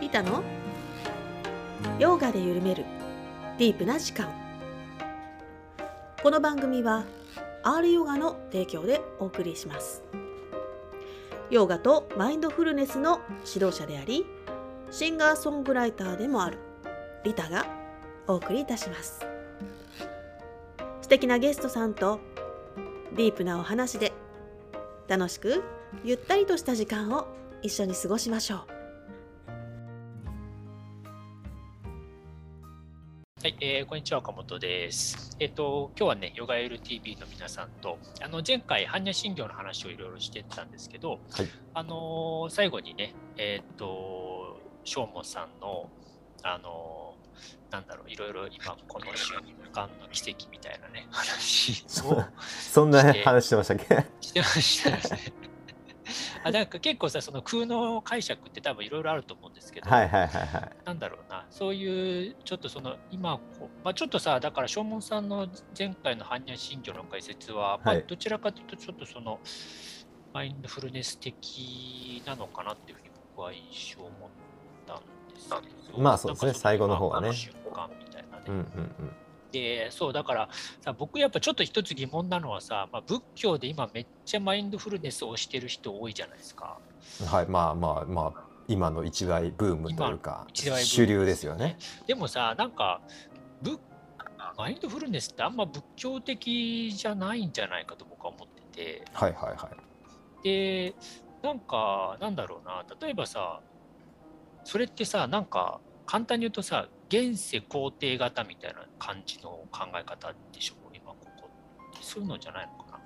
リタのヨガで緩めるディープな時間。この番組は R ヨガの提供でお送りします。ヨガとマインドフルネスの指導者であり、シンガーソングライターでもあるリタがお送りいたします。素敵なゲストさんとディープなお話で楽しくゆったりとした時間を一緒に過ごしましょう。 はい、こんにちは、岡本です。今日はね、ヨガ LTV の皆さんと、前回、般若心経の話をいろいろしてたんですけど、 はい、 最後にね、正門さんの、いろいろ今、この瞬間の奇跡みたいなね、話をそんな話してましたっけ？ してましたよね。なんか結構さ、その空の解釈って多分いろいろあると思うんですけど、なんだろうな、そういうちょっとその今ちょっとさ、だから正門さんの前回の般若心経の解説は、どちらかというとちょっとそのマインドフルネス的なのかなっていうふうに僕は印象を持ったんですけど、 まあそうですね、最後の方はね。 瞬間みたいなね。でそうだからさ、僕やっぱちょっと一つ疑問なのはさ、仏教で今めっちゃマインドフルネスをしてる人多いじゃないですか。 はい、まあ今の一大ブームというか主流ですよね。 でもさ、なんかマインドフルネスってあんま仏教的じゃないんじゃないかと僕は思ってて、でなんかなんだろうな、例えばさ、それってさ、なんか簡単に言うとさ、現世肯定型みたいな感じの考え方でしょ、今ここってそういうのじゃないのかな。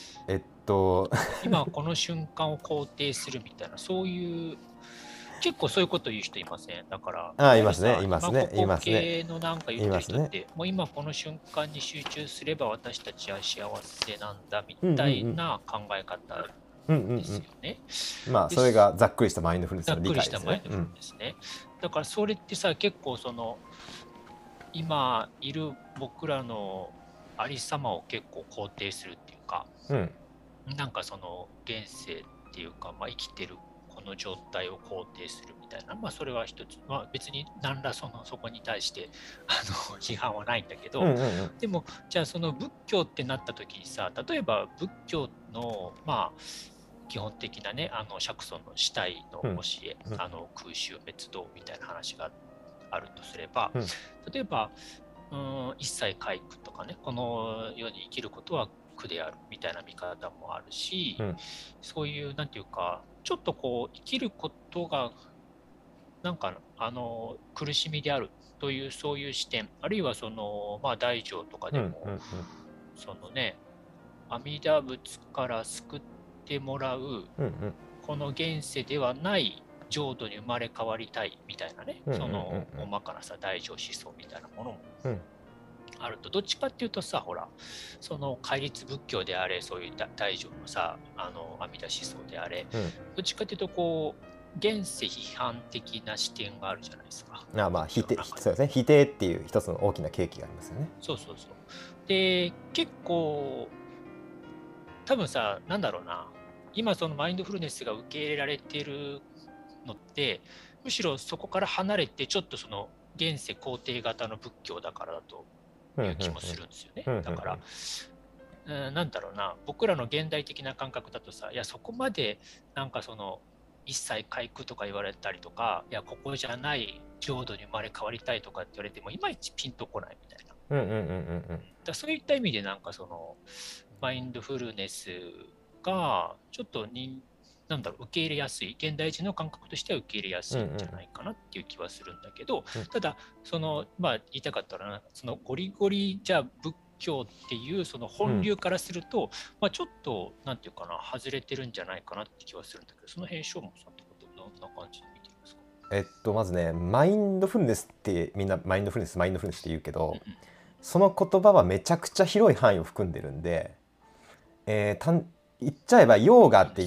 今この瞬間を肯定するみたいな、そういう結構そういうこと言う人いません？だからいますね。 今ここ系のなんか言ってる人って、もう今この瞬間に集中すれば私たちは幸せなんだみたいな考え方ですよね。 まあそれがざっくりしたマインドフルネスの理解ですね。 ざっくりしたマインドフルネスね。だからそれってさ、結構その今いる僕らのありさまを結構肯定するっていうか、なんかその現世っていうか、生きてるこの状態を肯定するみたいな、それは一つ、別に何らそこに対して批判はないんだけど、でもじゃあその仏教ってなった時にさ、例えば仏教の基本的なね、釈尊の死体の教え、空襲滅道みたいな話があるとすれば、例えば一切皆苦とかね、この世に生きることは苦であるみたいな見方もあるし、そういうなんていうか、ちょっとこう生きることがなんか苦しみであるというそういう視点、あるいはその大乗とかでも、そのね、阿弥陀仏から救ってもらう、この現世ではない浄土に生まれ変わりたいみたいなね、その大まかなさ大乗思想みたいなものもあると、どっちかっていうとさ、ほら、その戒律仏教であれ、そういう大乗のさ、阿弥陀思想であれ、どっちかっていうとこう現世批判的な視点があるじゃないですか。 否定、そうですね、否定っていう一つの大きな契機がありますよね。 そうで、結構多分さ、なんだろうな、今そのマインドフルネスが受け入れられてるのって、むしろそこから離れてちょっとその現世肯定型の仏教だからだという気もするんですよね。だからなんだろうな、僕らの現代的な感覚だとさ、いやそこまでなんかその一切皆苦とか言われたりとか、いやここじゃない浄土に生まれ変わりたいとかって言われてもいまいちピンとこないみたいな。だそういった意味でなんかそのマインドフルネスがちょっとなんだろう、受け入れやすい、現代人の感覚としては受け入れやすいんじゃないかなっていう気はするんだけど、ただその言いたかったら、そのゴリゴリじゃあ仏教っていうその本流からすると、ちょっとなんていうかな、外れてるんじゃないかなって気はするんだけど、その辺正門さんってことどんな感じで見てるんですか？ まずね、マインドフルネスってみんなマインドフルネスって言うけど、その言葉はめちゃくちゃ広い範囲を含んでるんで、言っちゃえばヨーガって言って、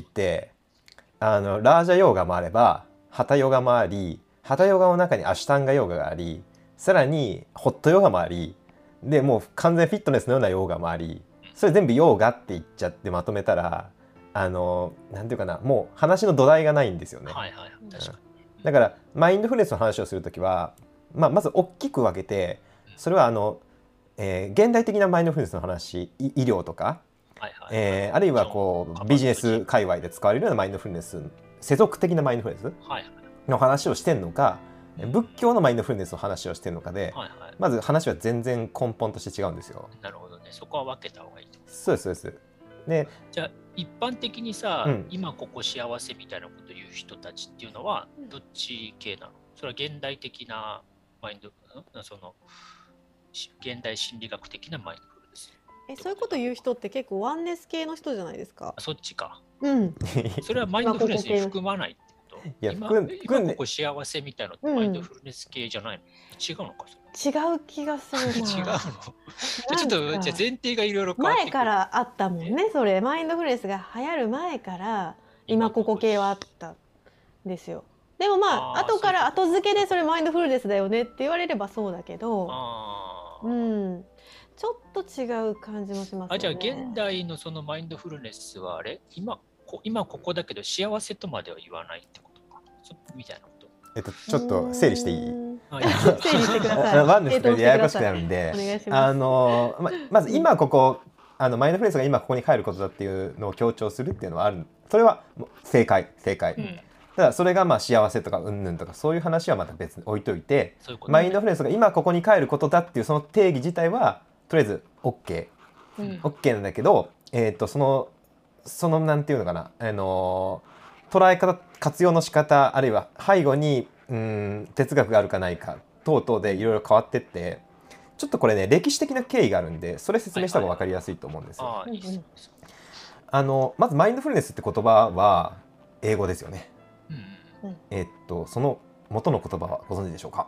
ラージャヨーガもあればハタヨガもあり、ハタヨガの中にアシュタンガヨーガがあり、さらにホットヨガもありで、もう完全フィットネスのようなヨーガもあり、それ全部ヨーガって言っちゃってまとめたらなんていうかな、もう話の土台がないんですよね。 確かに。 だからマインドフルネスの話をするときは、まず大きく分けて、それは現代的なマインドフルネスの話、医療とか、あるいはこうビジネス界隈で使われるようなマインドフルネス、世俗的なマインドフルネスの話をしてるのか、仏教のマインドフルネスの話をしてるのかで、まず話は全然根本として違うんですよ。 なるほどね。そこは分けた方がいいと。 そうですそうです。で、 じゃあ一般的にさ、今ここ幸せみたいなことを言う人たちっていうのはどっち系なの？それは現代的なマインド、その現代心理学的なマインドフルネス。 そういうこと言う人って結構ワンネス系の人じゃないですか。 そっちか。 うんそれはマインドフルネスに含まないってこと？ いや、 今ここ幸せみたいなのってマインドフルネス系じゃないの？違うのかそれ？ 違う気がするな。 違うの？ちょっとじゃあ前提がいろいろ変わってくる。 前からあったもんね、それ。マインドフルネスが流行る前から今ここ系はあったんですよ。でも後から後付けでそれマインドフルネスだよねって言われればそうだけど、ちょっと違う感じもしますよね。 じゃあ現代のそのマインドフルネスはあれ、今ここだけど幸せとまでは言わないってことかみたいなこと。 ちょっと整理していい？ 整理してください。 ワンネスでややこしくなるんで、 お願いします。 まず今ここマインドフルネスが今ここに帰ることだっていうのを強調するっていうのはある。それは正解。ただそれが幸せとかうんぬんとかそういう話はまた別に置いといて、マインドフルネスが今ここに帰ることだっていうその定義自体はとりあえず OK なんだけど、そのなんていうのかな、捉え方、活用の仕方、あるいは背後に哲学があるかないか等々でいろいろ変わってって、ちょっとこれね歴史的な経緯があるんで、それ説明した方が分かりやすいと思うんですよ。まずマインドフルネスって言葉は英語ですよね。その元の言葉はご存知でしょうか？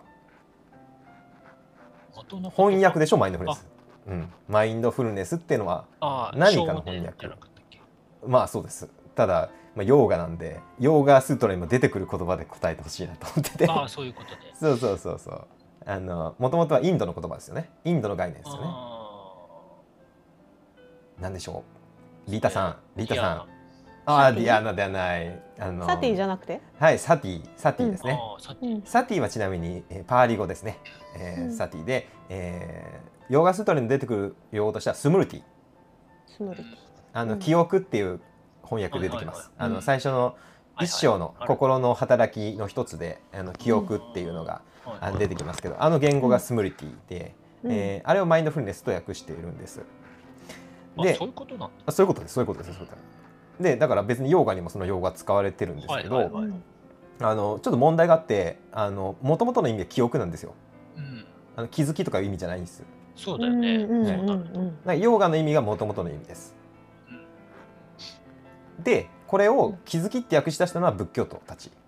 翻訳でしょ、マインドフルネス。マインドフルネスっていうのは何かの翻訳。そうです。ただヨーガなんで、ヨーガスートラにも出てくる言葉で答えてほしいなと思ってて。 そういうことで。 そうもともとはインドの言葉ですよね。インドの概念ですよね。なんでしょう、リータさん。ディアナではない。 サティじゃなくて？ はい、サティですね。サティはちなみにパーリ語ですね。サティで、ヨーガスートラに出てくる用語としてはスムルティ。記憶っていう翻訳出てきます。最初の一章の心の働きの一つで記憶っていうのが出てきますけど、言語がスムルティで、あれをマインドフルネスと訳しているんです。 で、そういうことなんだ。 そういうことです。で、だから別にヨーガにもその用語が使われてるんですけど、ちょっと問題があって、もともとの意味は記憶なんですよ。気づきとかいう意味じゃないんです。 そうだよね。 ヨーガの意味がもともとの意味です。で、これを気づきって訳し出したのは仏教徒たち。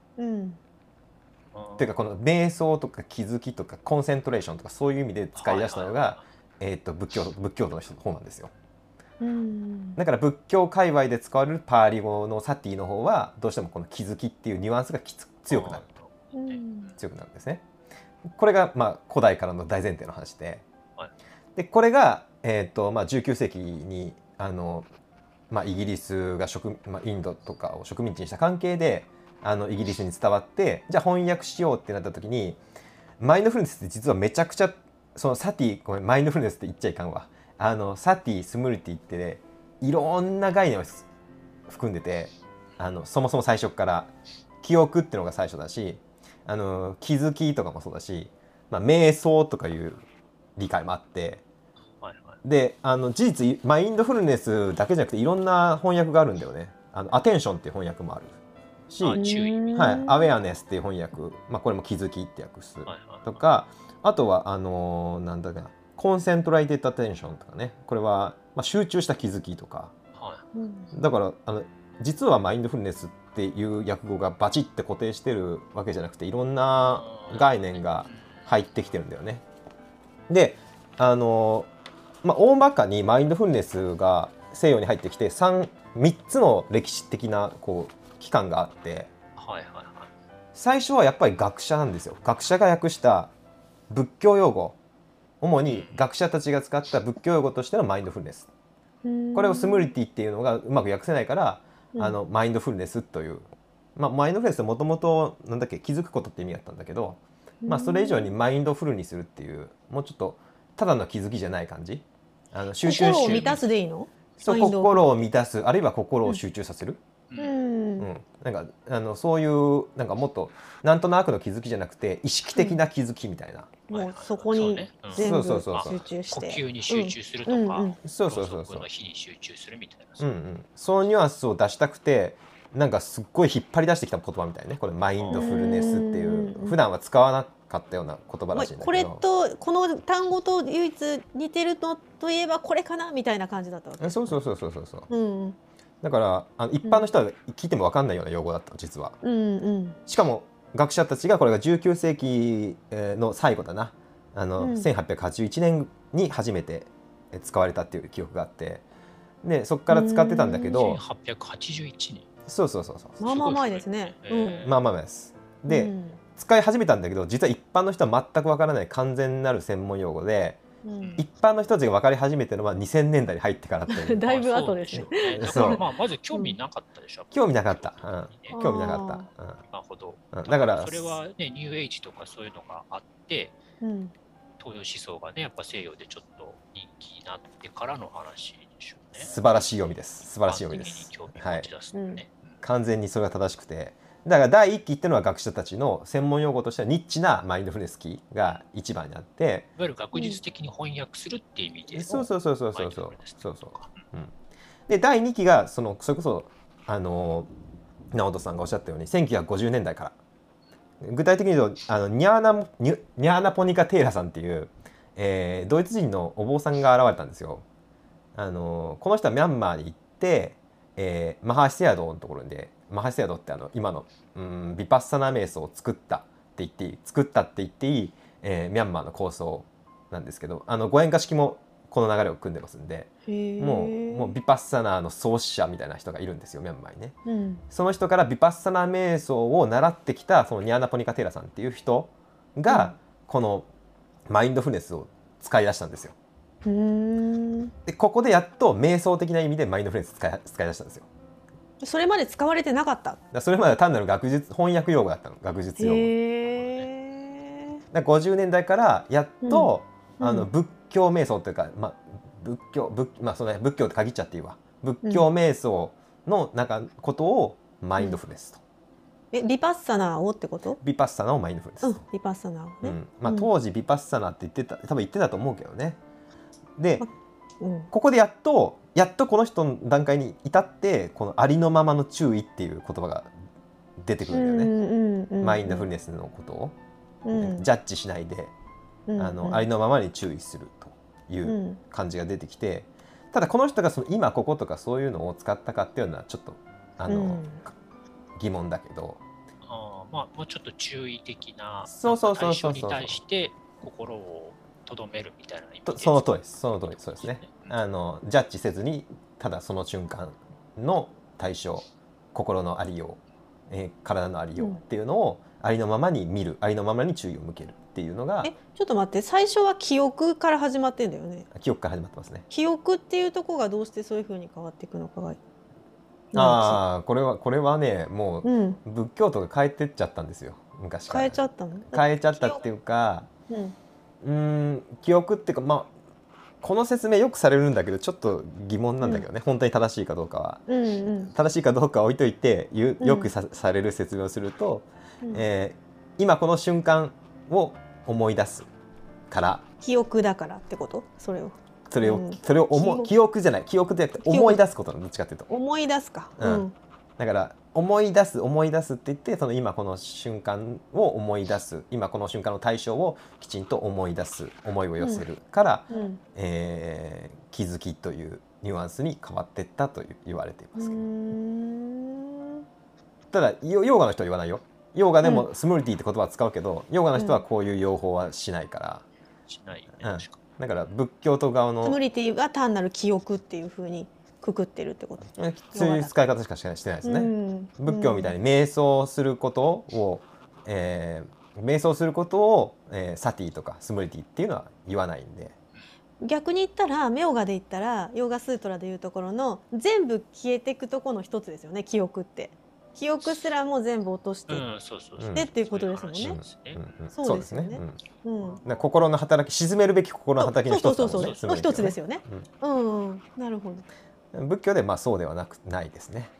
っていうか、この瞑想とか気づきとかコンセントレーションとかそういう意味で使い出したのが仏教徒の方なんですよ。だから仏教界隈で使われるパーリ語のサティの方はどうしてもこの気づきっていうニュアンスが強くなるんですね。これが古代からの大前提の話で、これが19世紀にイギリスがインドとかを植民地にした関係でイギリスに伝わって、じゃあ翻訳しようってなった時に、マインドフルネスって実はめちゃくちゃそのサティ、マインドフルネスって言っちゃいかんわ。サティ、スムルティって、ね、いろんな概念を含んでて、そもそも最初から記憶っていうのが最初だし、気づきとかもそうだし、瞑想とかいう理解もあって、で事実マインドフルネスだけじゃなくていろんな翻訳があるんだよね。アテンションっていう翻訳もあるし、アウェアネスっていう翻訳、これも気づきって訳すとか、あとはなんだかな、コンセントライテッドアテンションとかね、これは集中した気づきとか、だから実はマインドフルネスっていう訳語がバチッて固定してるわけじゃなくて、いろんな概念が入ってきてるんだよね。で大まかにマインドフルネスが西洋に入ってきて3つの歴史的な期間があって、最初はやっぱり学者なんですよ。学者が訳した仏教用語、主に学者たちが使った仏教用語としてのマインドフルネス、これをスムルティっていうのがうまく訳せないから、マインドフルネスというマインドフルネスってもともとなんだっけ、気づくことって意味だったんだけど、それ以上にマインドフルにするっていう、もうちょっとただの気づきじゃない感じ、集中して心を満たすでいいの？ そう、心を満たす、あるいは心を集中させる、なんかそういうなんかもっとなんとなくの気づきじゃなくて意識的な気づきみたいな、 もうそこに全部集中して、 呼吸に集中するとか、 そうの日に集中するみたいな、 そういうニュアンスを出したくて、なんかすっごい引っ張り出してきた言葉みたいね、これマインドフルネスっていう普段は使わなかったような言葉らしいんだけど、 これとこの単語と唯一似てるのといえばこれかなみたいな感じだったわけ。 そう、だから一般の人は聞いても分かんないような用語だったの実は、しかも学者たちがこれが19世紀の最後だな、1881年に初めて使われたっていう記憶があって、でそこから使ってたんだけど、 1881年、 そうまあまあ前ですね。 まあまあ前です。で、使い始めたんだけど、実は一般の人は全く分からない完全なる専門用語で、一般の人たちが分かり始めたのは2000年代に入ってからっていうだいぶ後ですね。 そう、まず興味なかったでしょ。 興味なかった、興味なかった。 なるほど。 だからそれはね、ニューエイジとかそういうのがあって、東洋思想がねやっぱ西洋でちょっと人気になってからの話でしょうね。 素晴らしい読みです。素晴らしい読みです。 はい。 完全にそれが正しくて、だから第一期っていうのは学者たちの専門用語としてはニッチなマインドフルネス期が一番にあって、 いわゆる学術的に翻訳するっていう意味で、 そう。で第二期がそれこそ直人さんがおっしゃったように1950年代から。具体的に言うとニャーナポニカ・テイラさんっていう、ドイツ人のお坊さんが現れたんですよ。この人はミャンマーに行って、マハシセアドのところで、マハシセアドって今のヴィパッサナ瞑想を作ったって言っていい、ミャンマーの構想なんですけど、ご縁化式もこの流れを組んでますんで、もうヴィパッサナの創始者みたいな人がいるんですよ、ミャンマーにね。その人からヴィパッサナ瞑想を習ってきたそのニャーナポニカ・テイラさんっていう人が、このマインドフルネスを使い出したんですよ。でここでやっと瞑想的な意味でマインドフルネス使い出したんですよ。 それまで使われてなかった。 それまでは単なる翻訳用語だったの、学術用語。だ50年代からやっと、仏教瞑想というか、仏教って限っちゃっていいわ、仏教瞑想のことをマインドフルネスと。 ヴィパッサナーをってこと？ ヴィパッサナーをマインドフルネスと。 ヴィパッサナーをね。 当時ヴィパッサナーって多分言ってたと思うけどね。で、ここでやっとこの人の段階に至ってこのありのままの注意っていう言葉が出てくるんだよね。マインドフルネスのことを、ジャッジしないで、ありのままに注意するという感じが出てきて、ただこの人がその今こことかそういうのを使ったかっていうのはちょっと疑問だけど、 もうちょっと注意的な対象に対して心をとどめるみたいな意味で。 その通りです。そうですね。ジャッジせずにただその瞬間の対象、心のありよう、体のありようっていうのをありのままに見る、ありのままに注意を向けるっていうのが。 ちょっと待って、最初は記憶から始まってんだよね。 記憶から始まってますね。 記憶っていうところがどうしてそういう風に変わっていくのかが。 これはね、もう仏教とか変えてっちゃったんですよ、昔から。 変えちゃったの？ 変えちゃったっていうか、記憶っていうか、この説明よくされるんだけどちょっと疑問なんだけどね、本当に正しいかどうかは。正しいかどうかは置いといて、よくされる説明をすると、今この瞬間を思い出すから。 記憶だからってこと？それを記憶じゃない、記憶で思い出すことのどっちかっていうと。 思い出すか。 だから思い出すって言って、その今この瞬間を思い出す、今この瞬間の対象をきちんと思い出す、思いを寄せるから、気づきというニュアンスに変わっていったと言われていますけど。ただヨーガの人は言わないよ。ヨーガでもスムリティって言葉を使うけど、ヨーガの人はこういう用法はしないから。 しないよね。 だから仏教徒側のスムリティが単なる記憶っていう風にくくってるってこと？ そういう使い方しかしてないですね。仏教みたいに瞑想することを、サティとかスムリティっていうのは言わないんで。 逆に言ったらヨーガで言ったらヨーガスートラでいうところの全部消えていくところの一つですよね、記憶って。 記憶すらも全部落としてでっていうことですもんね。 そうですね。心の働き、沈めるべき心の働きの一つの一つですよね。なるほど。仏教でそうではないですね。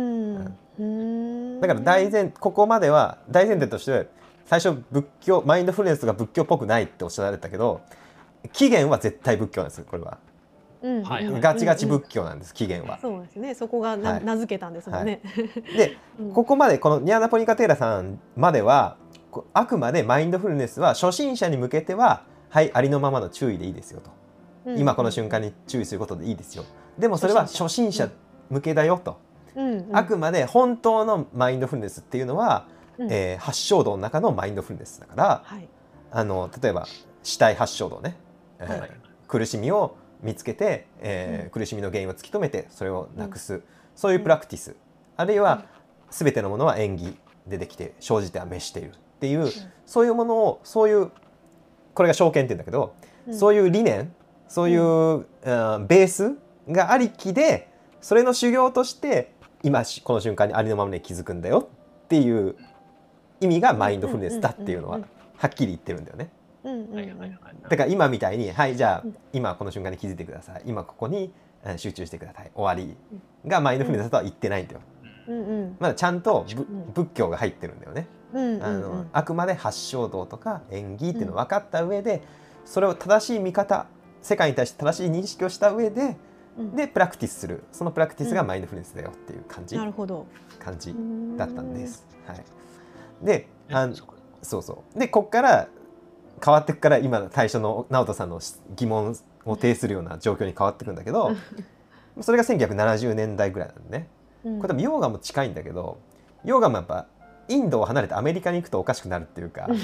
だからここまでは大前提として最初仏教マインドフルネスが仏教っぽくないっておっしゃられたけど、起源は絶対仏教なんですよ。これはガチガチ仏教なんです。起源は。 そうですね。そこが名付けたんですもんね。 でここまでこのニャーナ・ポニカテーラさんまではあくまでマインドフルネスは初心者に向けてははいありのままの注意でいいですよと、今この瞬間に注意することでいいですよ。でもそれは初心者向けだよと、あくまで本当のマインドフルネスっていうのは、八正道の中のマインドフルネスだから、例えば死体八正道ね、苦しみを見つけて、苦しみの原因を突き止めてそれをなくす、そういうプラクティス、あるいは全てのものは縁起でできて生じては滅しているっていう、そういうものをこれが正見って言うんだけど、そういう理念、そういう、ベースがありきでそれの修行として今この瞬間にありのままに気づくんだよっていう意味がマインドフルネスだっていうのははっきり言ってるんだよね。だから今みたいにはいじゃあ今この瞬間に気づいてください、今ここに集中してください、終わりがマインドフルネスとは言ってないんだよ。まだちゃんと仏教が入ってるんだよね。あくまで八正道とか縁起っていうのを分かった上で、それを正しい見方、世界に対して正しい認識をした上でプラクティスする、そのプラクティスがマインドフルネスだよっていう感じだったんです。ででこっから変わっていくから、今最初の直人さんの疑問を呈するような状況に変わっていくんだけど、それが1970年代ぐらいなんでね。これ多分ヨーガも近いんだけど、ヨーガもやっぱインドを離れてアメリカに行くとおかしくなるっていうか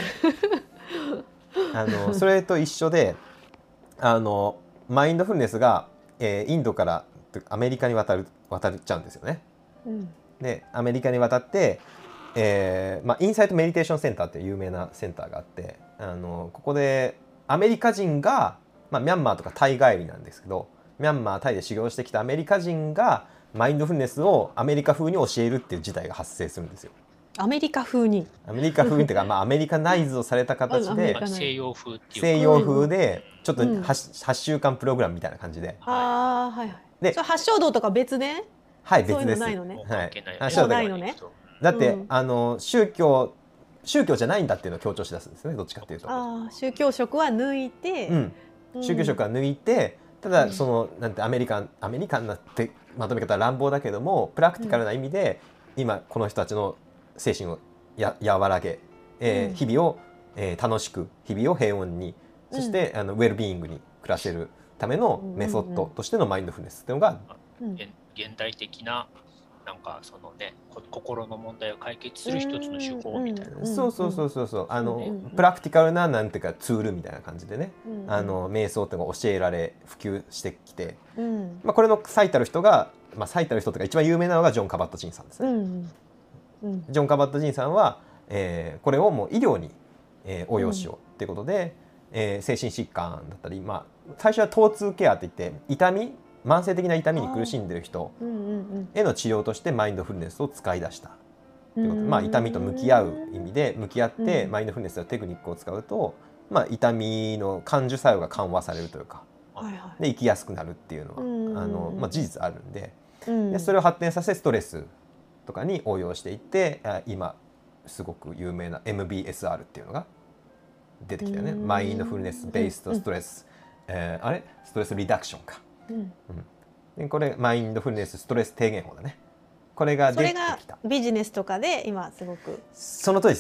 それと一緒でマインドフルネスが、インドからアメリカに渡っちゃうんですよね。でアメリカに渡って、インサイトメディテーションセンターっていう有名なセンターがあって、ここでアメリカ人が、ミャンマーとかタイ帰りなんですけど、ミャンマータイで修行してきたアメリカ人がマインドフルネスをアメリカ風に教えるっていう事態が発生するんですよ。 アメリカ風にっていうか、アメリカナイズをされた形で西洋風っていう西洋風でちょっと 8週間プログラムみたいな感じで、 で八正道とか別ね。 はい別です。 ないのね。 ないのね。だって宗教じゃないんだっていうのを強調しだすんですね、どっちかっていうと。 宗教色は抜いて、 宗教色は抜いて、ただなんてアメリカンなってまとめ方は乱暴だけども、プラクティカルな意味で今この人たちの精神を和らげ、日々を、楽しく、日々を平穏に、そして、ウェルビーイングに暮らせるためのメソッドとしてのマインドフルネスっていうのが、 現代的ななんかそのね、心の問題を解決する一つの手法みたいな。 そうプラクティカルななんていうかツールみたいな感じでね、瞑想っていうのが教えられ普及してきて、これの最たる人が、最たる人というか一番有名なのがジョン・カバット・ジンさんですね。ジョン・カバット・ジンさんは、これをもう医療に、応用しようっていうことで、精神疾患だったり、最初は疼痛ケアっていって慢性的な痛みに苦しんでる人への治療としてマインドフルネスを使い出したということで、痛みと向き合う意味で向き合ってマインドフルネスのテクニックを使うと、痛みの感受作用が緩和されるというか、で生きやすくなるっていうのは事実あるんで、それを発展させストレスとかに応用していって、今すごく有名な MBSR っていうのが出てきたよね。マインドフルネスベースとストレス、ストレスリダクションか。これマインドフルネスストレス低減法だね。これが出てきた。 それがビジネスとかで今すごくその通りです。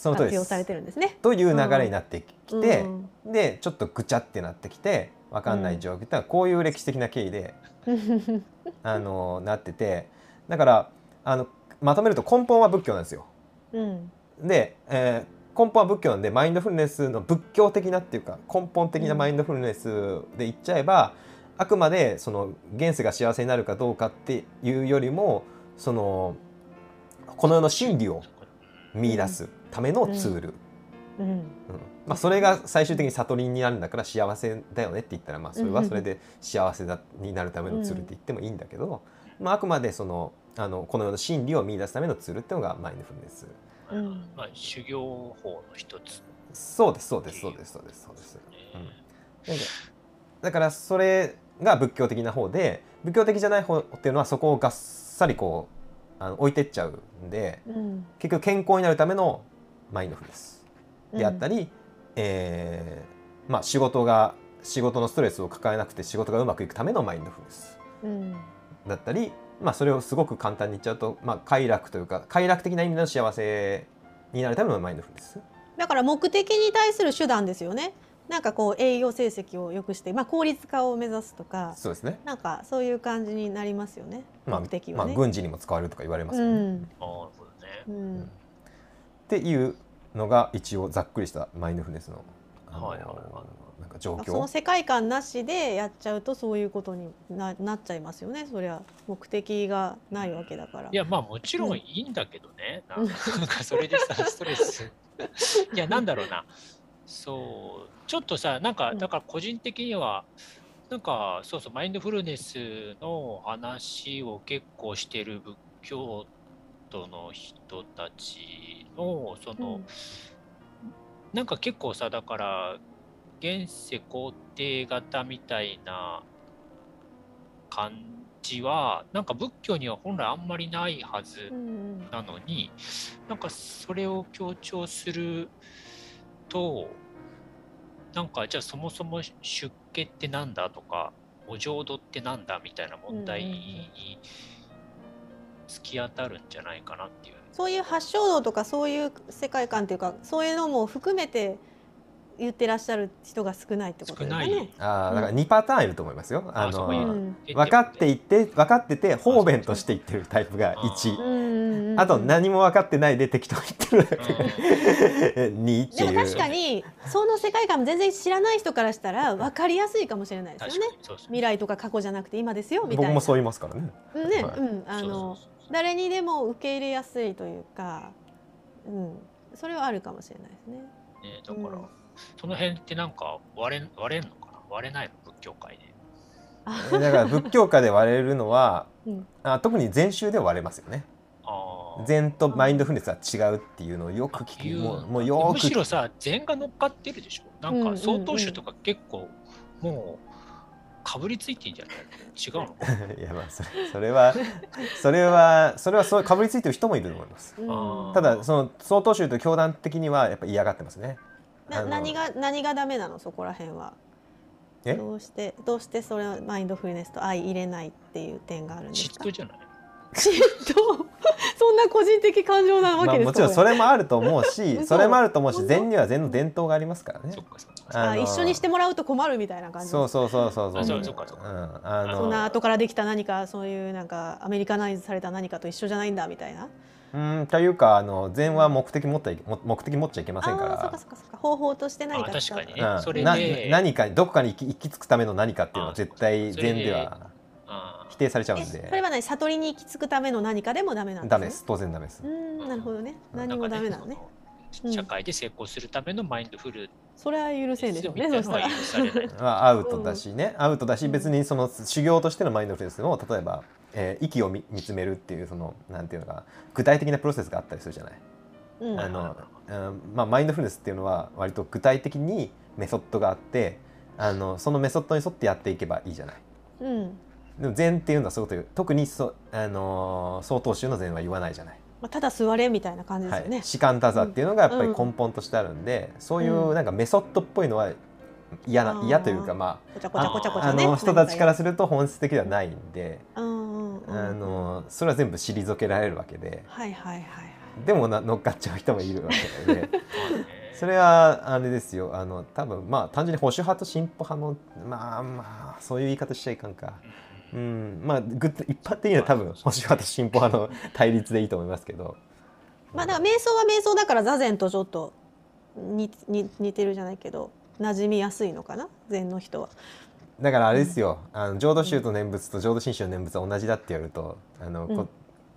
活用されてるんですね。 という流れになってきて、でちょっとぐちゃってなってきて分かんない状況ってのはこういう歴史的な経緯でなってて、だからまとめると根本は仏教なんですよ。で、根本は仏教なんで、マインドフルネスの仏教的なっていうか根本的なマインドフルネスで言っちゃえば、あくまでその現世が幸せになるかどうかっていうよりも、この世の真理を見出すためのツール、それが最終的に悟りになるんだから幸せだよねって言ったら、それはそれで幸せになるためのツールって言ってもいいんだけど、 まあ、あくまでこの世の真理を見出すためのツールっていうのがマインドフルネス。 まあ、修行法の一つ。 そうです。うん、だからそれが仏教的な方で、仏教的じゃない方っていうのはそこをがっさりこう置いてっちゃうんで、結局健康になるためのマインドフルネスであったり、まあ、仕事のストレスを抱えなくて仕事がうまくいくためのマインドフルネスだったり、まあ、それをすごく簡単に言っちゃうと、まあ、快楽というか快楽的な意味での幸せになるためのマインドフルネス。 だから目的に対する手段ですよね。なんかこう営業成績を良くして、まあ、効率化を目指すとか、 そうですね。 なんかそういう感じになりますよね、目的はね。 まあ、軍事にも使われるとか言われますよね。っていうのが一応ざっくりしたマインドフルネスのなんか状況。 その世界観なしでやっちゃうとそういうことに なっちゃいますよね。そりゃ目的がないわけだから。 いやまあもちろんいいんだけどね、なんかそれでさストレスいやなんだろうな、そうちょっとさなんかだから個人的にはなんかそうマインドフルネスの話を結構してる仏教徒の人たちのなんか結構さだから現世肯定型みたいな感じはなんか仏教には本来あんまりないはずなのに、なんかそれを強調するとなんかじゃあそもそも出家ってなんだとかお浄土ってなんだみたいな問題に突き当たるんじゃないかなっていう。 そういう発祥道とかそういう世界観というかそういうのも含めて言ってらっしゃる人が少ないってことですかね。 だから2パターンいると思いますよ。分かってて方便として言ってるタイプが1、あと何も分かってないで適当に言ってるだけ2っていう。 でも確かにその世界観も全然知らない人からしたら分かりやすいかもしれないですよね。未来とか過去じゃなくて今ですよみたいな。 僕もそう言いますからね。 誰にでも受け入れやすいというか、それはあるかもしれないですね。 だからその辺ってなんか割れんのかな、割れないの仏教界で。 だから仏教界で割れるのは、特に禅宗で割れますよね。禅とマインドフルネスは違うっていうのをよく聞く。もうよくむしろさ禅が乗っかってるでしょ。なんか曹洞宗とか結構もうかぶりついてんじゃない？違うの？ いやまあそれはそうかぶりついてる人もいると思います。ただその曹洞宗と教団的にはやっぱ嫌がってますね。 何がダメなのそこら辺は。どうしてそれはマインドフルネスと相入れないっていう点があるんですか？ 嫉妬じゃない？ 嫉妬そんな個人的感情なわけですか？ もちろんそれもあると思うし禅には禅の伝統がありますからね。 一緒にしてもらうと困るみたいな感じ。 そう。そんな後からできた何かそういうなんかアメリカナイズされた何かと一緒じゃないんだみたいな。 というか禅は目的持っちゃいけませんから。 そうか方法として何か使う。確かにね。それで何かどこかに行き着くための何かっていうのは絶対禅では否定されちゃうんで。 それは悟りに行き着くための何かでもダメなんですね。 ダメです。当然ダメです。 なるほどね。何もダメなのね。 社会で成功するためのマインドフル。 それは許せんでしょうね。そしたらアウトだしね。アウトだし別にその修行としてのマインドフルネスも例えば息を見つめるっていうなんていうのか具体的なプロセスがあったりするじゃない。マインドフルネスっていうのは割と具体的にメソッドがあってそのメソッドに沿ってやっていけばいいじゃない。でも禅っていうのはそういうこと言う。特に曹洞宗の禅は言わないじゃない。 ただ座れみたいな感じですよね。 士官多座っていうのがやっぱり根本としてあるんで、そういうなんかメソッドっぽいのは嫌というか人たちからすると本質的ではないんで、それは全部退けられるわけで、でも乗っかっちゃう人もいるわけでそれはあれですよ。多分単純に保守派と進歩派のそういう言い方しちゃいかんか。一般的には多分保守派と進歩派の対立でいいと思いますけど、 だから瞑想は瞑想だから座禅とちょっと似てるじゃないけど馴染みやすいのかな、禅の人は。 だからあれですよ、浄土宗と念仏と浄土真宗の念仏は同じだって言われると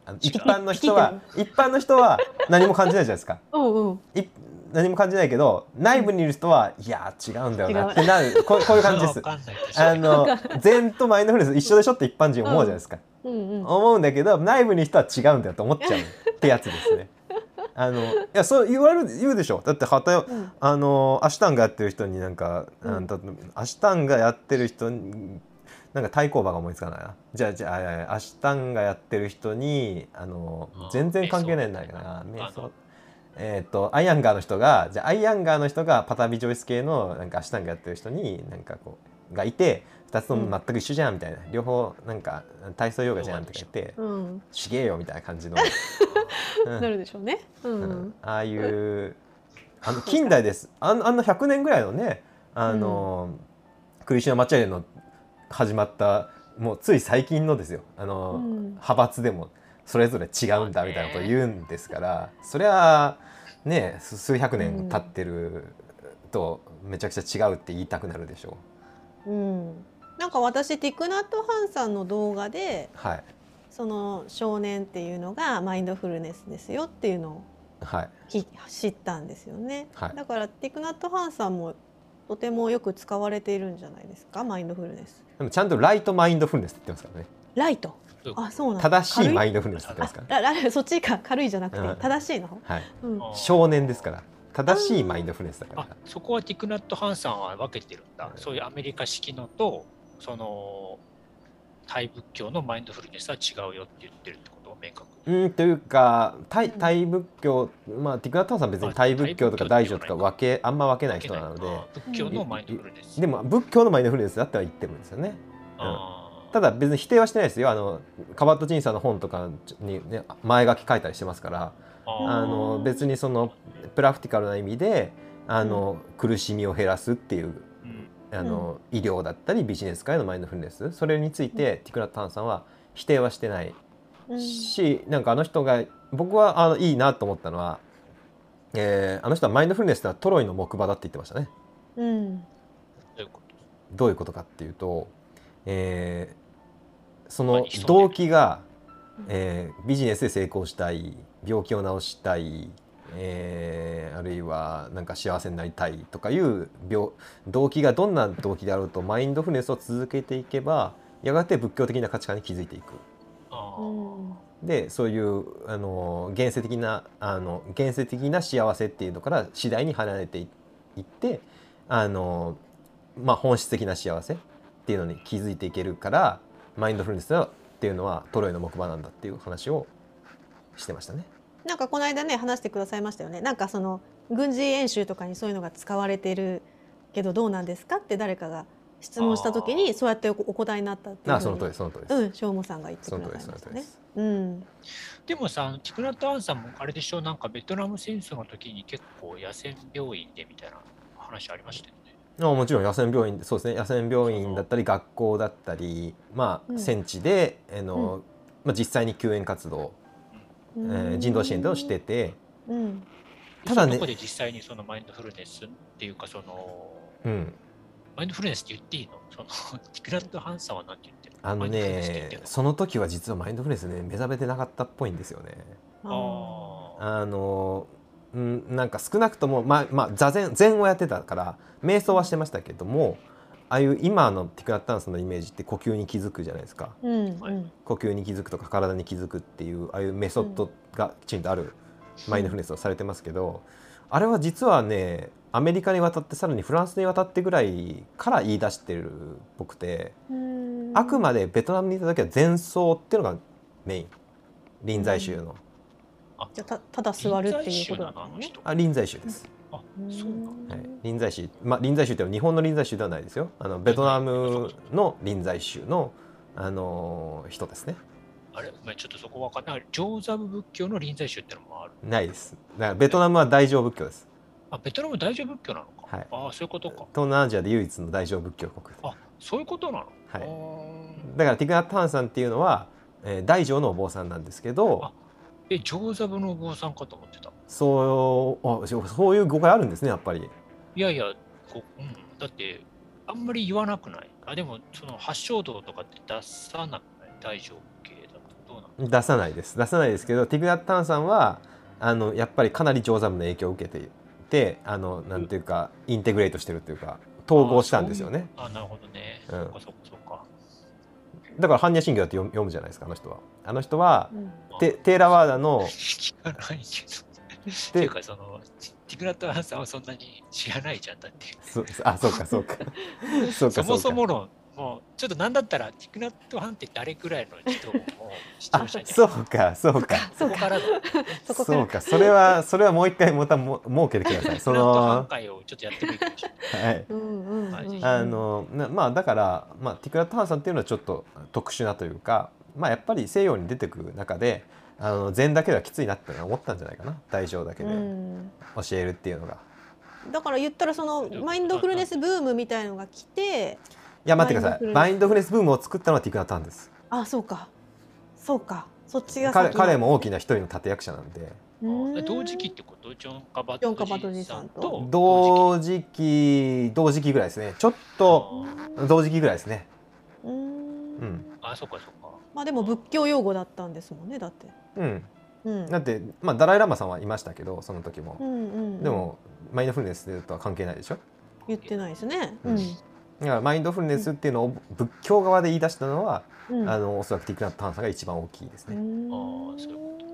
一般の人は何も感じないじゃないですか。何も感じないけど内部にいる人は、いや違うんだよなってなる、こういう感じです。禅とマインドフルネス一緒でしょって一般人思うじゃないですか、思うんだけど内部にいる人は違うんだよと思っちゃうってやつですね。いやそう言うでしょ。だってアシュタンガやってる人になんか、アシュタンガやってる人になんか対抗馬が思いつかないな。じゃあアシュタンガやってる人に全然関係ないんだけどな、瞑想アイアンガーの人がパタビジョイス系のなんかアシュタンガやってる人になんかこうがいて、2つとも全く一緒じゃんみたいな、両方なんか体操ヨガじゃんとか言って、ちげえよみたいな感じのなるでしょうね。 ああいう近代です。あんな100年ぐらいのねクリシュナマチャリアの始まったもうつい最近のですよ、派閥でもそれぞれ違うんだみたいなことを言うんですから、そりゃね数百年経ってるとめちゃくちゃ違うって言いたくなるでしょう。 なんか私ティクナット・ハンさんの動画で、 はい、 その少年っていうのがマインドフルネスですよっていうのを、知ったんですよね。だからティクナット・ハンさんもとてもよく使われているんじゃないですか、マインドフルネス。 でもちゃんとライトマインドフルネスって言ってますからね。 ライト、そうなん正しいマインドフルネスって言ってますから。 そっちか、軽いじゃなくて正しいの。 少年ですから正しいマインドフルネスだから。 そこはティクナット・ハンさんは分けてるんだ。そういうアメリカ式のとそのタイ仏教のマインドフルネスは違うよって言ってるってことを明確に。 というかタイ仏教、ティクナット・ハンさんは別にタイ仏教とか大乗とかあんま分けない人なので、 仏教のマインドフルネス。 でも仏教のマインドフルネスだっては言ってるんですよね。ただ別に否定はしてないですよ。カバット・ジンさんの本とかに、ね、前書き書いたりしてますから、別にそのプラクティカルな意味で苦しみを減らすっていう、医療だったりビジネス界のマインドフルネス、それについてティクナット・ハンさんは否定はしてないし、なんか人が僕はいいなと思ったのは、あの人はマインドフルネスはトロイの木馬だって言ってましたね。どういうことかっていうと、その動機が、ビジネスで成功したい、病気を治したい、あるいはなんか幸せになりたいとかいう動機がどんな動機であろうとマインドフルネスを続けていけばやがて仏教的な価値観に気づいていく。でそういう現世的な幸せっていうのから次第に離れていって本質的な幸せっていうのに気づいていけるからマインドフルネスっていうのはトロイの木馬なんだっていう話をしてましたね。 なんかこの間ね話してくださいましたよね。なんかその軍事演習とかにそういうのが使われてるけどどうなんですかって誰かが質問した時にそうやってお答えになったっていうふうに、 その通りです。 しょうもさんが言ってくださいましたね。 でもさ、ティクナット・ハンさんもあれでしょ、なんかベトナム戦争の時に結構野戦病院でみたいな話ありましたよね。 もちろん野戦病院、そうですね、野戦病院だったり学校だったり、戦地で実際に救援活動、人道支援をしてて、 ただね、どこで実際にそのマインドフルネスっていうかその、マインドフルネスって言っていいの？そのティクナット・ハンさんは何て言ってるの？ その時は実はマインドフルネスね目覚めてなかったっぽいんですよね。なんか少なくとも座禅をやってたから瞑想はしてましたけども、ああいう今のティクナット・ハンさんのイメージって呼吸に気づくじゃないですか。呼吸に気づくとか体に気づくっていうああいうメソッドがきちんとあるマインドフルネスをされてますけど、あれは実はねアメリカに渡ってさらにフランスに渡ってぐらいから言い出してるっぽくて、あくまでベトナムにいた時は禅僧っていうのがメイン、臨済宗の。 じゃあただ座るっていうことだったのね。 臨済宗です。臨済宗、臨済宗って日本の臨済宗ではないですよ。ベトナムの臨済宗の人ですね。 あれ、ちょっとそこ分かんない。上座部仏教の臨済宗ってのもある？ ないです。だからベトナムは大乗仏教です。 ベトナム大乗仏教なのか。そういうことか。 東南アジアで唯一の大乗仏教国。 そういうことなの。 だからティクナット・ハンさんっていうのは、大乗のお坊さんなんですけど、 上座部のお坊さんかと思ってた。 そういう誤解あるんですね、やっぱり。 いやいや、だってあんまり言わなくない？でもその八正道とかって出さなくない？大乗系だとどうなの？ 出さないですけど、ティグナット・ハンさんはやっぱりかなりジョー・ザムの影響を受けていて、なんていうかインテグレートしてるっていうか統合したんですよね。 なるほどね。そうかそうか。 だから般若心経だって読むじゃないですか、あの人は、テーラワーダの聞かないけど。っていうかティグナット・ハンさんはそんなに知らないじゃんだって。 そうかそもそも論もうちょっとなんだったらティグナット・ハンって誰くらいの人も視聴者にそうかそこからそうか、それはもう一回また設けてください。 ティグナット・ハン会をちょっとやってもいいかもしれない。 まあだから、ティグナット・ハンさんっていうのはちょっと特殊なというか、やっぱり西洋に出てくる中で禅だけではきついなって思ったんじゃないかな、大乗だけで教えるっていうのが。 だから言ったらマインドフルネスブームみたいのが来て、 いや待ってください、マインドフルネスブームを作ったのはティグナット・ハンです。 そうかそっちが彼も大きな一人の立役者なんで。 同時期ってこと？ジョン・カバトジさんと同時期ぐらいですね。ちょっと同時期ぐらいですね。 そうかでも仏教用語だったんですもんね、だって。 だってダライ・ラマさんはいましたけど、その時も。でもマインドフルネスとは関係ないでしょ。 言ってないですね。 だからマインドフルネスっていうのを仏教側で言い出したのは、おそらくティグナット・ハンさんが一番大きいですね。 そういうこと。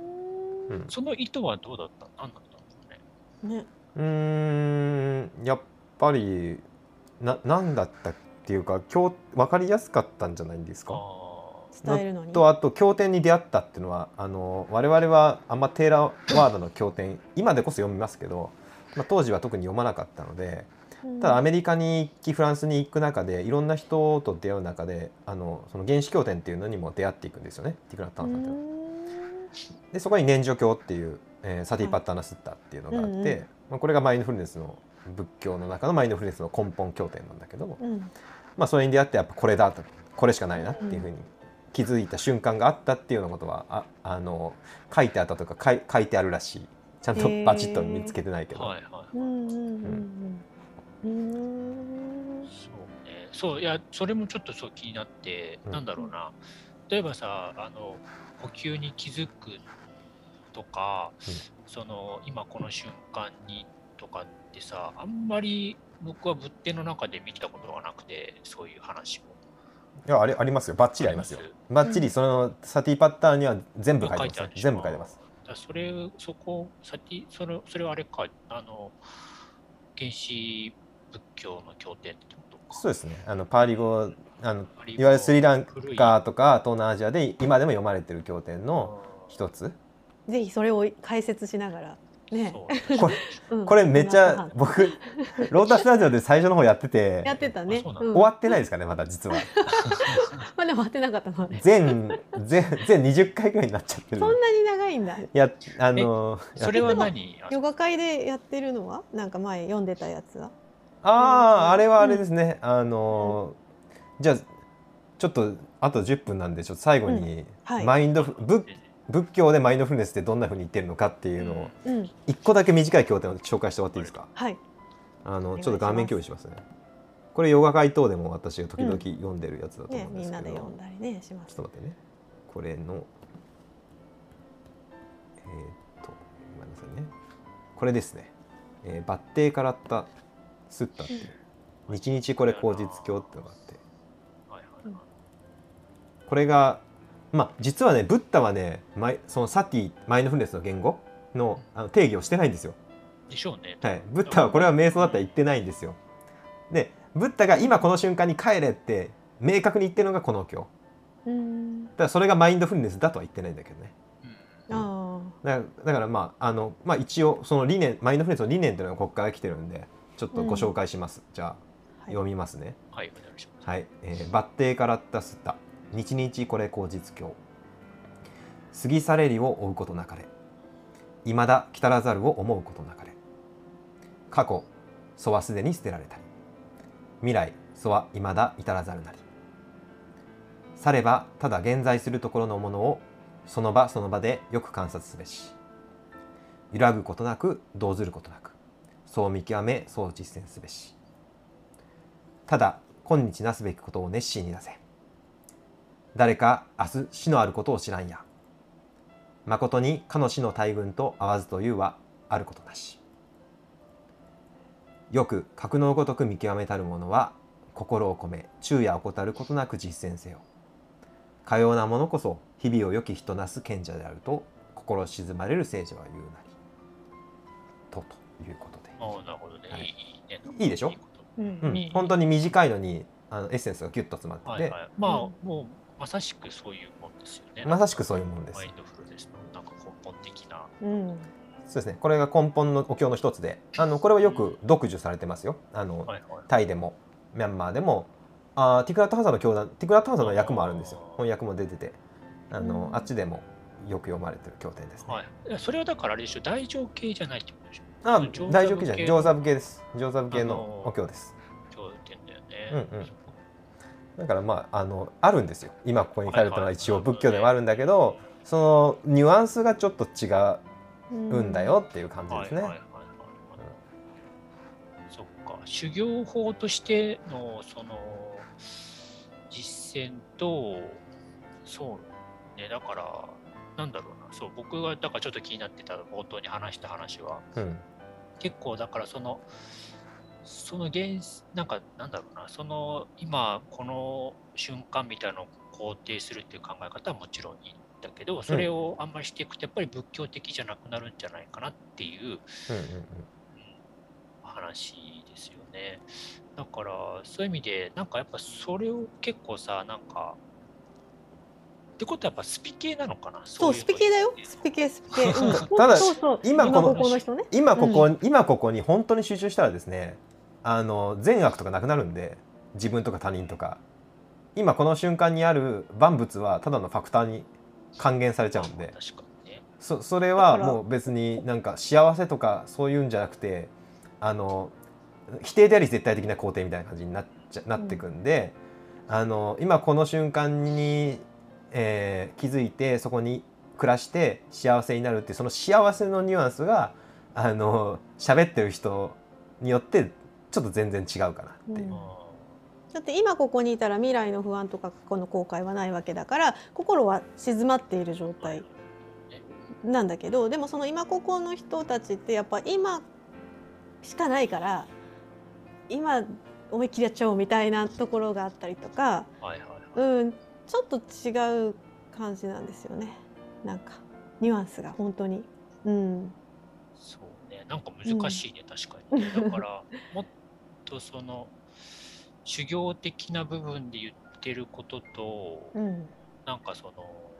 その意図はどうだった？何だったんですかね。やっぱり何だったっていうか、分かりやすかったんじゃないんですか。 伝えるのに。 あと経典に出会ったっていうのは、我々はあんまテーラワードの経典今でこそ読みますけど、当時は特に読まなかったので。ただアメリカに行きフランスに行く中でいろんな人と出会う中でその原始経典っていうのにも出会っていくんですよね、ティグナット・ハンさんっていうのは。でそこに念処経っていう、サティパッターナスッタっていうのがあって、これがマインドフルネスの仏教の中のマインドフルネスの根本経典なんだけど、それに出会ってやっぱこれだと、これしかないなっていうふうに気づいた瞬間があったっていうようなことは書いてあったとか書いてあるらしい。ちゃんとバチッと見つけてないけど。 そういや、それもちょっと気になって、なんだろうな、例えばさ呼吸に気づくとか、今この瞬間にとかってさ、あんまり僕は仏典の中で見たことがなくて、そういう話も。 いや、ありますよ、バッチリありますよ。バッチリそのサティパッターンには全部書いてます。全部書いてます。 それはあれか、原始仏教の経典ってことか。 そうですね。パーリ語、いわゆるスリランカとか東南アジアで今でも読まれてる経典の一つ。 ぜひそれを解説しながらね。 これめっちゃ僕ロータスラジオで最初の方やってて。 やってたね。 終わってないですかね、まだ実は。 まだ終わってなかったのね。 全20回ぐらいになっちゃってる。 そんなに長いんだ。 それは何？ ヨガ会でやってるのはなんか前読んでたやつは。 あれはあれですね。じゃあちょっとあと10分なんで、ちょっと最後に仏教でマインドフルネスってどんな風に言ってるのかっていうのを一個だけ短い経典を紹介して終わっていいですか？ はい。 ちょっと画面共有しますね。これヨガ会等でも私が時々読んでるやつだと思うんですけど、 みんなで読んだりねします。 ちょっと待ってね。これのごめんなさいね。これですね。バッテーカラッタスッタっていう日々これ口実経っていうのがあって、これが実はね、ブッダはね、そのサティマインドフルネスの言語の定義をしてないんですよ。 でしょうね。 はい、ブッダはこれは瞑想だったら言ってないんですよ。で、ブッダが今この瞬間に帰れって明確に言ってるのがこの経。だからそれがマインドフルネスだとは言ってないんだけどね。だから一応その理念、マインドフルネスの理念というのがここから来てるんで、ちょっとご紹介します。じゃあ読みますね。 はい、お願いします。 はい、バッテーカラッタスッタ日々これ口実経。過ぎ去れりを追うことなかれ、未だ来たらざるを思うことなかれ。過去そはすでに捨てられたり、未来そは未だ至らざるなり。去ればただ現在するところのものをその場その場でよく観察すべし。揺らぐことなく動ずることなく、そう見極めそう実践すべし。ただ今日なすべきことを熱心になせ。誰か明日死のあることを知らんや。 誠にかの死の大群と会わずというはあることなし。よく格のごとく見極めたる者は心を込め昼夜怠ることなく実践せよ。かようなものこそ日々を良き人なす賢者であると心静まれる聖者は言うなりということで。 なるほどね、はい、いいね。 いいでしょ。本当に短いのにエッセンスがギュッと詰まってて、 まあもうまさしくそういうもんですよね。 まさしくそういうもんです。 マインドフルネスのなんか根本的な、 そうですね。これが根本のお経の一つで、これはよく読受されてますよ。タイでもミャンマーでも、ティクラット・ハンさんの教団、ティクラット・ハンさんの訳もあるんですよ。翻訳も出てて、あっちでもよく読まれてる経典ですね。 はい。それはだからあれでしょ、大乗系じゃないってことでしょ。 大乗系じゃない、上座部系です。上座部系のお経です。 経典だよね。 だからまああるんですよ。今ここに書いてあるのは一応仏教ではあるんだけど、そのニュアンスがちょっと違うんだよっていう感じですね。 そっか、修行法としてのその実践と、そうね、だからなんだろうな、そう僕がだからちょっと気になってた冒頭に話した話は、結構だからそのなんかなんだろうな、その今この瞬間みたいなのを肯定するっていう考え方はもちろんいいんだけど、それをあんまりしていくとやっぱり仏教的じゃなくなるんじゃないかなっていう話ですよね。だからそういう意味でなんかやっぱそれを結構さ、なんかってことはやっぱスピ系なのかな。 そう、スピ系だよ。スピ系。 ただ今ここに本当に集中したらですね、善悪とかなくなるんで、自分とか他人とか今この瞬間にある万物はただのファクターに還元されちゃうんで、それはもう別になんか幸せとかそういうんじゃなくて、否定であり絶対的な肯定みたいな感じになってくんで、今この瞬間に気づいてそこに暮らして幸せになるっていう、その幸せのニュアンスが喋ってる人によってちょっと全然違うかなっていう。 だって今ここにいたら未来の不安とか過去の後悔はないわけだから、心は静まっている状態なんだけど、でもその今ここの人たちってやっぱ今しかないから今思いっきりやっちゃおうみたいなところがあったりとか、ちょっと違う感じなんですよね。なんかニュアンスが本当に、 そうね、なんか難しいね、確かに、ね。だからもっとその修行的な部分で言ってることと、なんかその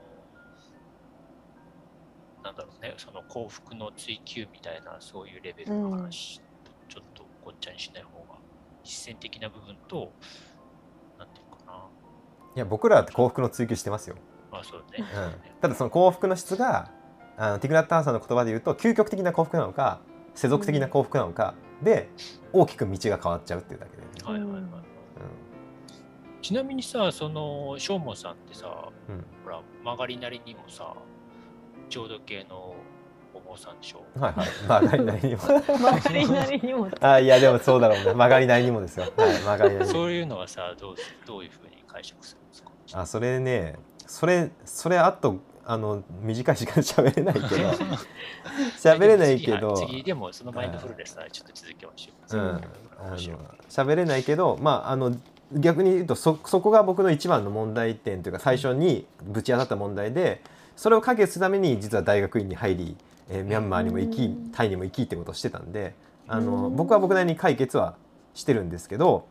なんだろうね、その幸福の追求みたいなそういうレベルの話とちょっとごっちゃにしない方が、実践的な部分となんていうかな。 いや僕らって幸福の追求してますよ。 そうね。 ただその幸福の質がティクラット・ハンさんの言葉で言うと究極的な幸福なのか世俗的な幸福なのかで大きく道が変わっちゃうっていうだけで。 ちなみにさ、そのしょうもさんってさ、ほら曲がりなりにもさ浄土系のお坊さんでしょ。 曲がりなりにも曲がりなりにもいやでもそうだろうね、曲がりなりにもですよ。曲がりなりにも。 そういうのはさ、どういうふうに解釈するんですか。 それね、それあと短い時間喋れないけど次でもそのマインドフルネスはちょっと続けましょう。 喋れないけど、逆に言うとそこが僕の一番の問題点というか最初にぶち当たった問題で、それを解決するために実は大学院に入り、ミャンマーにも行きタイにも行きってことをしてたんで、僕は僕なりに解決はしてるんだけど、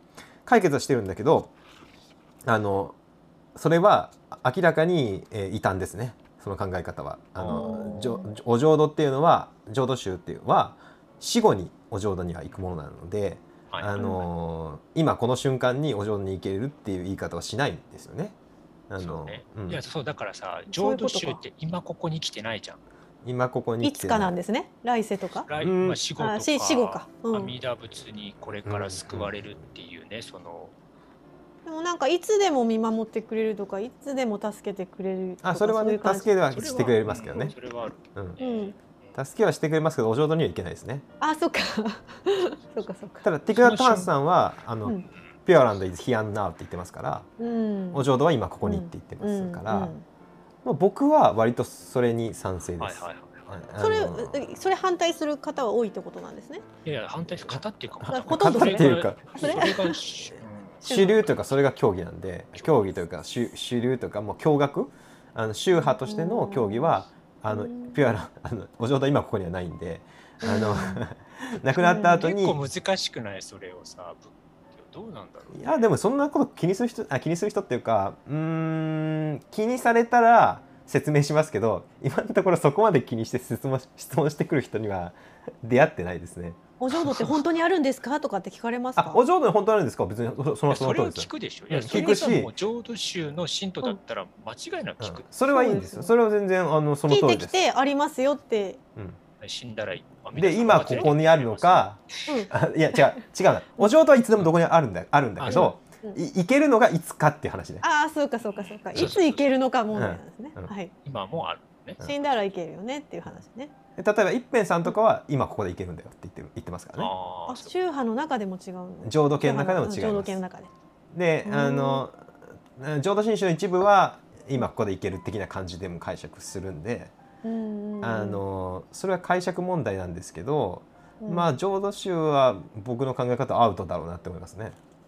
それは明らかに異端ですね、その考え方は。お浄土っていうのは、浄土宗っていうのは死後にお浄土には行くものなので、今この瞬間にお浄土に行けるっていう言い方はしないんですよね。 いやそうだからさ、浄土宗って今ここに来てないじゃん。 今ここにいつかなんですね。来世とか死後とか死後か、 阿弥陀仏にこれから救われるっていうね、そのでもなんかいつでも見守ってくれるとか、いつでも助けてくれるとか、 それはね、助けはしてくれますけどね。 それはある。 助けはしてくれますけど、お浄土には行けないですね。 そっかそうか。 ただティクラット・ハンさんはピュアランドイズヒアンナウって言ってますから、お浄土は今ここにって言ってますから、 僕は割とそれに賛成です。 それ反対する方は多いってことなんですね。 いや反対する方っていうか、 ほとんど方っていうかそれが主流というかそれが競技なんで、競技というか主流というかもう共学、宗派としての競技はピュアなお浄土今ここにはないんで、亡くなった後に結構難しくないそれをさ、どうなんだろう、ね。 いやでもそんなこと気にする人っていうか、気にされたら説明しますけど、今のところそこまで気にして質問してくる人には出会ってないですね。 お浄土って本当にあるんですかとかって聞かれますか？ お浄土に本当にあるんですか？別にその通りです。 それを聞くでしょ。 聞くし、 浄土宗の信徒だったら間違いなく聞く。 それはいいんですよ。それは全然その通りです。 聞いてきてありますよって。 死んだらで今ここにあるのか、いや違うな。お浄土はいつでもどこにあるんだけど、行けるのがいつかっていう話ね。 ああそうか。いつ行けるのか問題なんですね。はい。 今もあるね。 死んだら行けるよねっていう話ね。 例えば一辺さんとかは今ここで行けるんだよって言ってますからね。 宗派の中でも違うの？ 浄土系の中でも違います。 浄土系の中で。 で浄土真宗の一部は今ここで行ける的な感じでも解釈するんで、それは解釈問題なんですけど、まあ浄土宗は僕の考え方はアウトだろうなって思いますね。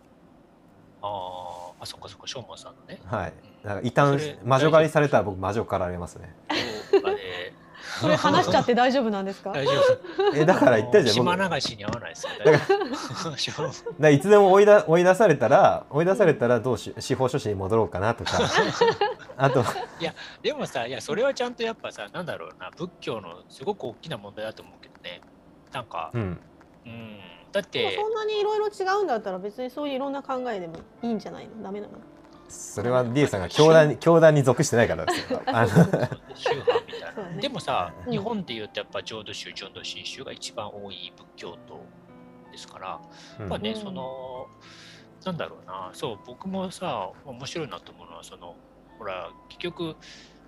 そっかショーマンさんのね。 はい。だから異端魔女狩りされたら僕魔女狩られますね。 それ話しちゃって大丈夫なんですか？ 大丈夫。 だから言ったじゃん。 島流しに合わないですよ。 だからいつでも追い出されたらどう司法書士に戻ろうかなとか。あといやでもさ、それはちゃんとやっぱさ、なんだろうな、仏教のすごく大きな問題だと思うけどね。なんか、だってそんなにいろいろ違うんだったら別にそういういろんな考えでもいいんじゃないの？ダメなの？ それは D さんが教団に属してないからですよ。 宗派みたいな。でもさ、日本でいうとやっぱ浄土宗、浄土真宗が一番多い仏教徒ですから、やっぱね、なんだろうな、そう僕もさ面白いなと思うのはほら結局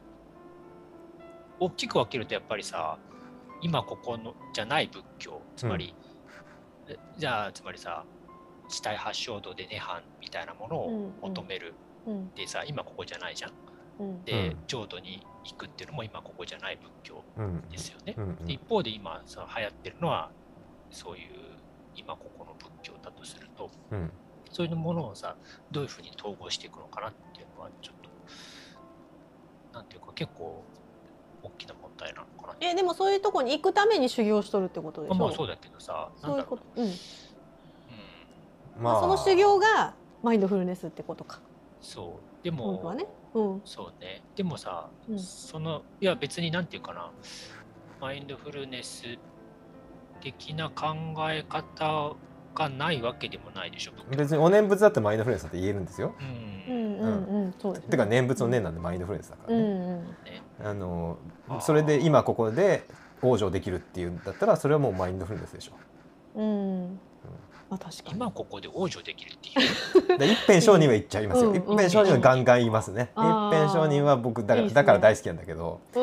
大きく分けるとやっぱりさ、今ここのじゃない仏教、つまり、つまりさ、地帯八正道で涅槃みたいなものを求める。でさ、今ここじゃないじゃん。で、浄土に行くっていうのも今ここじゃない仏教ですよね。で一方で今さ流行ってるのはそういう今ここの仏教だとすると、そういうものをさどういうふうに統合していくのかなっていうのはちょっとなんていうか結構大きな問題なのかな。 でもそういうとこに行くために修行しとるってことでしょ？ まあそうだけどさ、 そういうこと。その修行がマインドフルネスってことか。 そうでも、そうね。でもさ、いや別になんていうかな、マインドフルネス的な考え方がないわけでもないでしょ。 別にお念仏だってマインドフルネスだって言えるんですよ。てか念仏の念なんでマインドフルネスだからね。それで今ここで往生できるっていうんだったらそれはもうマインドフルネスでしょ。 確かに今ここで往生できるっていう一辺上人は言っちゃいますよ。一辺上人はガンガン言いますね。一辺上人は僕だから大好きなんだけど、一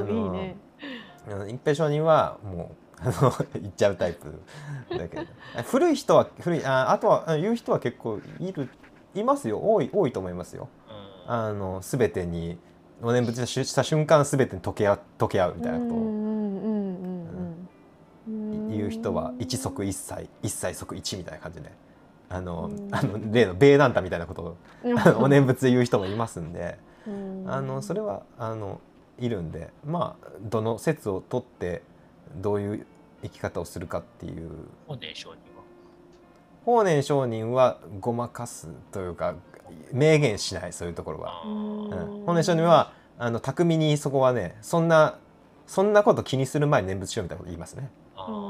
辺上人はもう言っちゃうタイプだけど、古い人はあとは言う人は結構いますよ。多いと思いますよ。全てにお念仏した瞬間全てに溶け合うみたいなことを言う人は一即一切即一みたいな感じで例のベーダンタみたいなことをお念仏で言う人もいますんで、それはいるんで、まあどの説を取ってどういう生き方をするかっていう。法然上人はごまかすというか明言しない、そういうところは。法然上人は巧みにそこはね、そんなこと気にする前に念仏しようみたいなこと言いますね。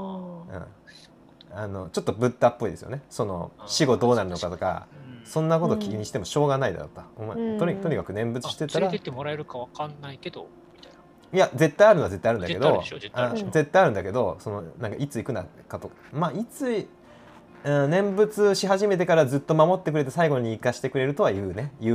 ちょっとブッダっぽいですよね。死後どうなるのかとか、そんなこと気にしてもしょうがないだろうと。お前とにかく念仏してたら連れてってもらえるかわかんないけどみたいな。 いや絶対あるのは絶対あるんだけど、絶対あるんだけど、なんかいつ行くなかとか、いつ念仏し始めてからずっと守ってくれて最後に生かしてくれるとは言う。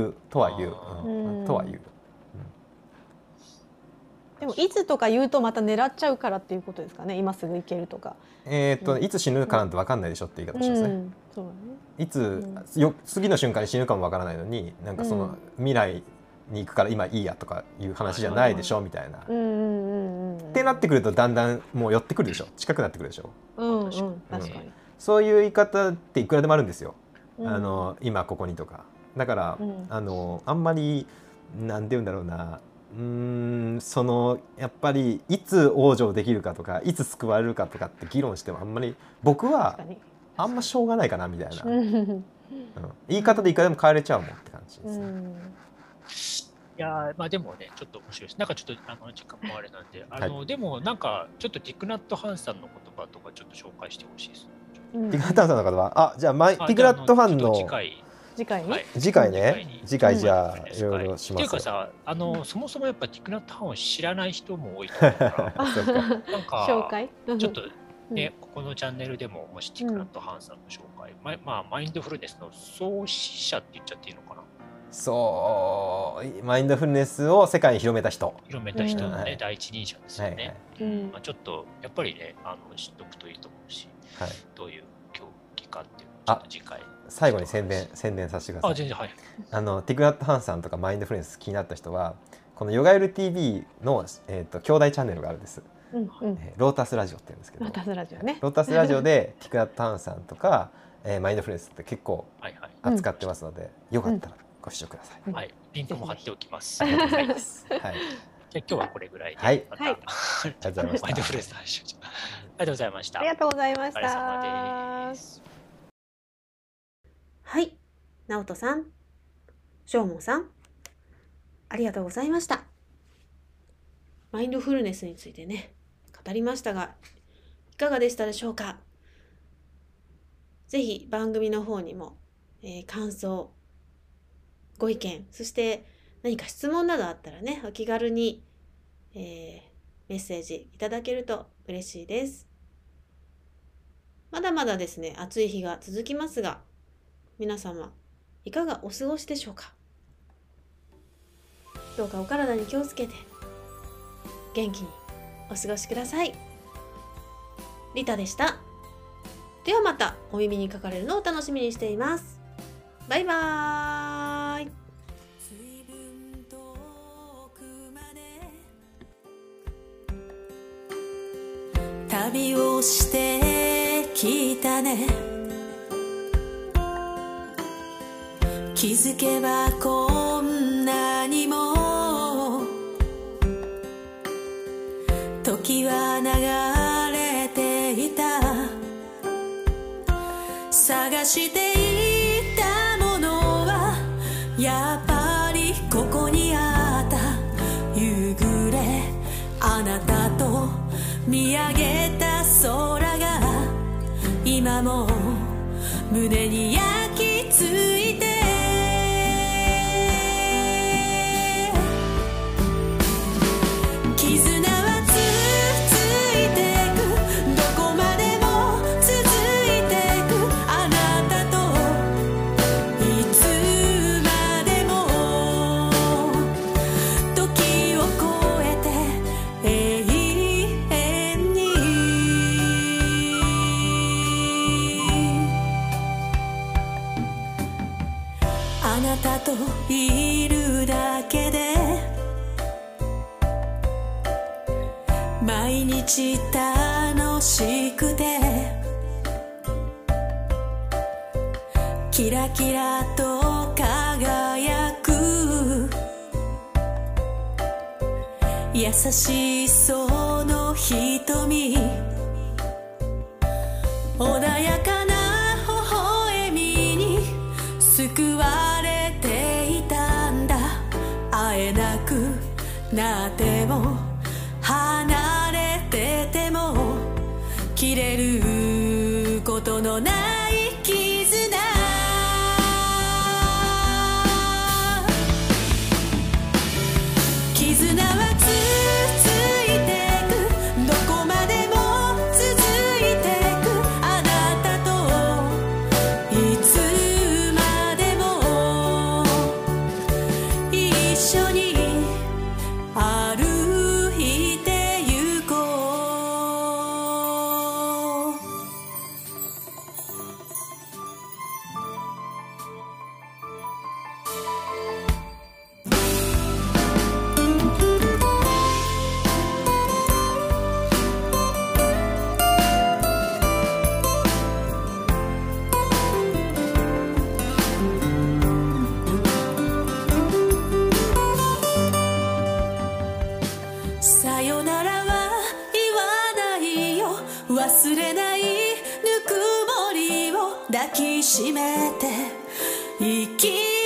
でもいつとか言うとまた狙っちゃうからっていうことですかね。今すぐ行けるとか。 いつ死ぬかなんて分かんないでしょって言い方しますね。いつ次の瞬間に死ぬかも分からないのに、なんか未来に行くから今いいやとかいう話じゃないでしょみたいな。 っってなってくるとだんだんもう寄ってくるでしょ、近くなってくるでしょ。 確かに、 そういう言い方っていくらでもあるんですよ。今ここにとか。だから、あんまりなんて言うんだろうな、そのやっぱりいつ往生できるかとかいつ救われるかとかって議論してもあんまり僕はあんましょうがないかなみたいな、言い方でいくらでも変えれちゃうもんって感じですね。 いやまあでもねちょっと面白いです。なんかちょっと時間もあれなんででもなんかちょっとティクナット・ハンさんの言葉とかちょっと紹介してほしいです。 ティクナット・ハンさんの言葉、じゃあティクナット・ハンの次回じゃあいろいろします。 っていうかさそもそもやっぱティクナット・ハンを知らない人も多いと思うからなんか紹介ちょっとね、ここのチャンネルでももしティクナット・ハンさんの紹介、マインドフルネスの創始者って言っちゃっていいのかな。 マインドフルネスを世界に広めた人のね、第一人者ですよね。ちょっとやっぱりね知っとくといいと思うし、どういう競技かっていうのをちょっと次回最後に宣伝させてください。 全然はい。 ティクナット・ハンさんとかマインドフルネス気になった人はこのヨガエル TV の、兄弟チャンネルがあるんです。ロータスラジオって言うんですけど、 ロータスラジオね。 ロータスラジオでティクナット・ハンさんとか、マインドフルネスって結構扱ってますので、よかったらご視聴ください。 はい、リンクも貼っておきます。はい。じゃあ今日はこれぐらいで。 はい。 ありがとうございました。マインドフルネスの話を。ありがとうございました。 ありがとうございました。 お疲れ様です。 はい、直人さん、しょうもんさん、ありがとうございました。マインドフルネスについてね、語りましたが、いかがでしたでしょうか。ぜひ番組の方にも、感想、ご意見、そして何か質問などあったらね、お気軽に、メッセージいただけると嬉しいです。まだまだですね、暑い日が続きますが、皆様いかがお過ごしでしょうか。どうかお体に気をつけて元気にお過ごしください。リタでした。ではまたお耳にかかれるのを楽しみにしています。バイバーイ。 旅をしてきたね、気づけばこんなにも時は流れていた。探していたものはやっぱりここにあった。夕暮れあなたと見上げた空が今も胸に焼き付いて、絆はつついてく、どこまでも続いてく、あなたといつまでも時を越えて永遠に。あなたといるだけで毎日楽しくて、キラキラと輝く優しいその瞳、穏やかな微笑みに救われていたんだ。会えなくなっても離れてても切れることのない絆、絆はつついてく、どこまでも続いてく、あなたといつまでも一緒に歩いてゆこう。 忘れないぬくもりを抱きしめて生き